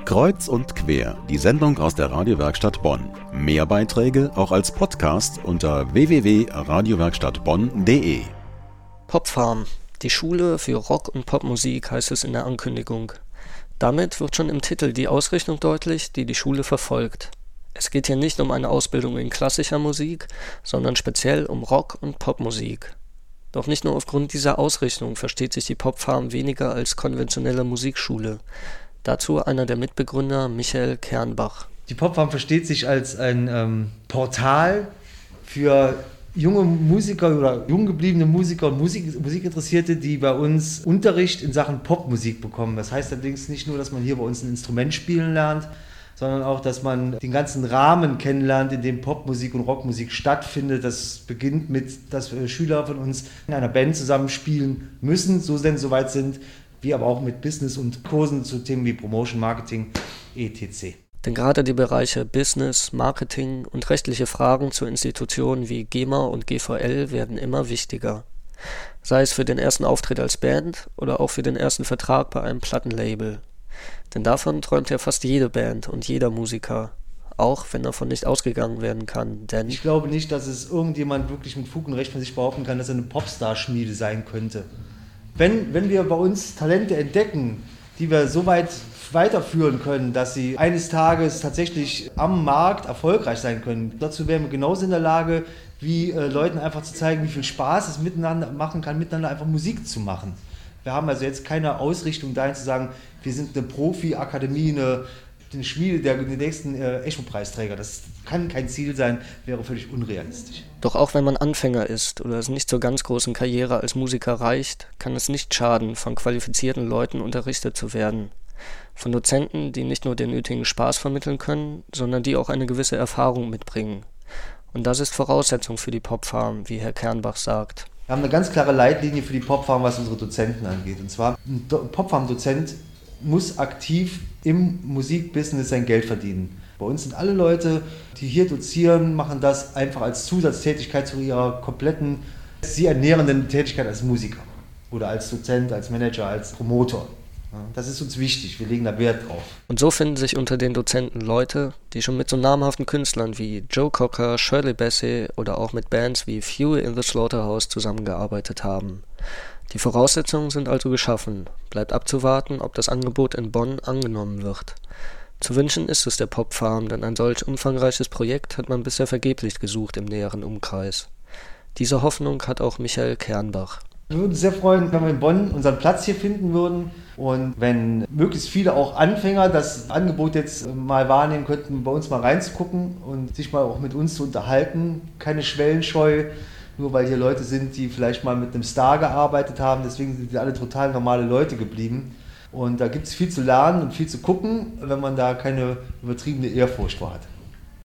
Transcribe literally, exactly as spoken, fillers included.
Kreuz und quer, die Sendung aus der Radiowerkstatt Bonn. Mehr Beiträge auch als Podcast unter w w w punkt radiowerkstattbonn punkt d e. Popfarm, die Schule für Rock- und Popmusik, heißt es in der Ankündigung. Damit wird schon im Titel die Ausrichtung deutlich, die die Schule verfolgt. Es geht hier nicht um eine Ausbildung in klassischer Musik, sondern speziell um Rock- und Popmusik. Doch nicht nur aufgrund dieser Ausrichtung versteht sich die Popfarm weniger als konventionelle Musikschule. Dazu einer der Mitbegründer, Michael Kernbach. Die Popfarm versteht sich als ein ähm, Portal für junge Musiker oder jung gebliebene Musiker und Musik, Musikinteressierte, die bei uns Unterricht in Sachen Popmusik bekommen. Das heißt allerdings nicht nur, dass man hier bei uns ein Instrument spielen lernt, sondern auch, dass man den ganzen Rahmen kennenlernt, in dem Popmusik und Rockmusik stattfindet. Das beginnt mit, dass Schüler von uns in einer Band zusammenspielen müssen, so denn soweit sind, wie aber auch mit Business und Kursen zu Themen wie Promotion, Marketing, et cetera. Denn gerade die Bereiche Business, Marketing und rechtliche Fragen zu Institutionen wie GEMA und G V L werden immer wichtiger. Sei es für den ersten Auftritt als Band oder auch für den ersten Vertrag bei einem Plattenlabel. Denn davon träumt ja fast jede Band und jeder Musiker, auch wenn davon nicht ausgegangen werden kann. Denn ich glaube nicht, dass es irgendjemand wirklich mit Fug und Recht von sich behaupten kann, dass er eine Popstar-Schmiede sein könnte. Wenn, wenn wir bei uns Talente entdecken, die wir so weit weiterführen können, dass sie eines Tages tatsächlich am Markt erfolgreich sein können, dazu wären wir genauso in der Lage, wie äh, Leuten einfach zu zeigen, wie viel Spaß es miteinander machen kann, miteinander einfach Musik zu machen. Wir haben also jetzt keine Ausrichtung dahin zu sagen, wir sind eine Profi-Akademie, eine, eine Schmiede der, der nächsten äh, Echo-Preisträger. Das kann kein Ziel sein, wäre völlig unrealistisch. Doch auch wenn man Anfänger ist oder es nicht zur ganz großen Karriere als Musiker reicht, kann es nicht schaden, von qualifizierten Leuten unterrichtet zu werden. Von Dozenten, die nicht nur den nötigen Spaß vermitteln können, sondern die auch eine gewisse Erfahrung mitbringen. Und das ist Voraussetzung für die Popfarm, wie Herr Kernbach sagt. Wir haben eine ganz klare Leitlinie für die Popfarm, was unsere Dozenten angeht. Und zwar, ein Popfarm-Dozent muss aktiv im Musikbusiness sein Geld verdienen. Bei uns sind alle Leute, die hier dozieren, machen das einfach als Zusatztätigkeit zu ihrer kompletten, sie ernährenden Tätigkeit als Musiker oder als Dozent, als Manager, als Promoter. Das ist uns wichtig, wir legen da Wert drauf. Und so finden sich unter den Dozenten Leute, die schon mit so namhaften Künstlern wie Joe Cocker, Shirley Bassey oder auch mit Bands wie Fury in the Slaughterhouse zusammengearbeitet haben. Die Voraussetzungen sind also geschaffen, bleibt abzuwarten, ob das Angebot in Bonn angenommen wird. Zu wünschen ist es der Popfarm, denn ein solch umfangreiches Projekt hat man bisher vergeblich gesucht im näheren Umkreis. Diese Hoffnung hat auch Michael Kernbach. Wir würden uns sehr freuen, wenn wir in Bonn unseren Platz hier finden würden und wenn möglichst viele auch Anfänger das Angebot jetzt mal wahrnehmen könnten, bei uns mal reinzugucken und sich mal auch mit uns zu unterhalten. Keine Schwellenscheu, nur weil hier Leute sind, die vielleicht mal mit einem Star gearbeitet haben, deswegen sind die alle total normale Leute geblieben. Und da gibt es viel zu lernen und viel zu gucken, wenn man da keine übertriebene Ehrfurcht vor hat.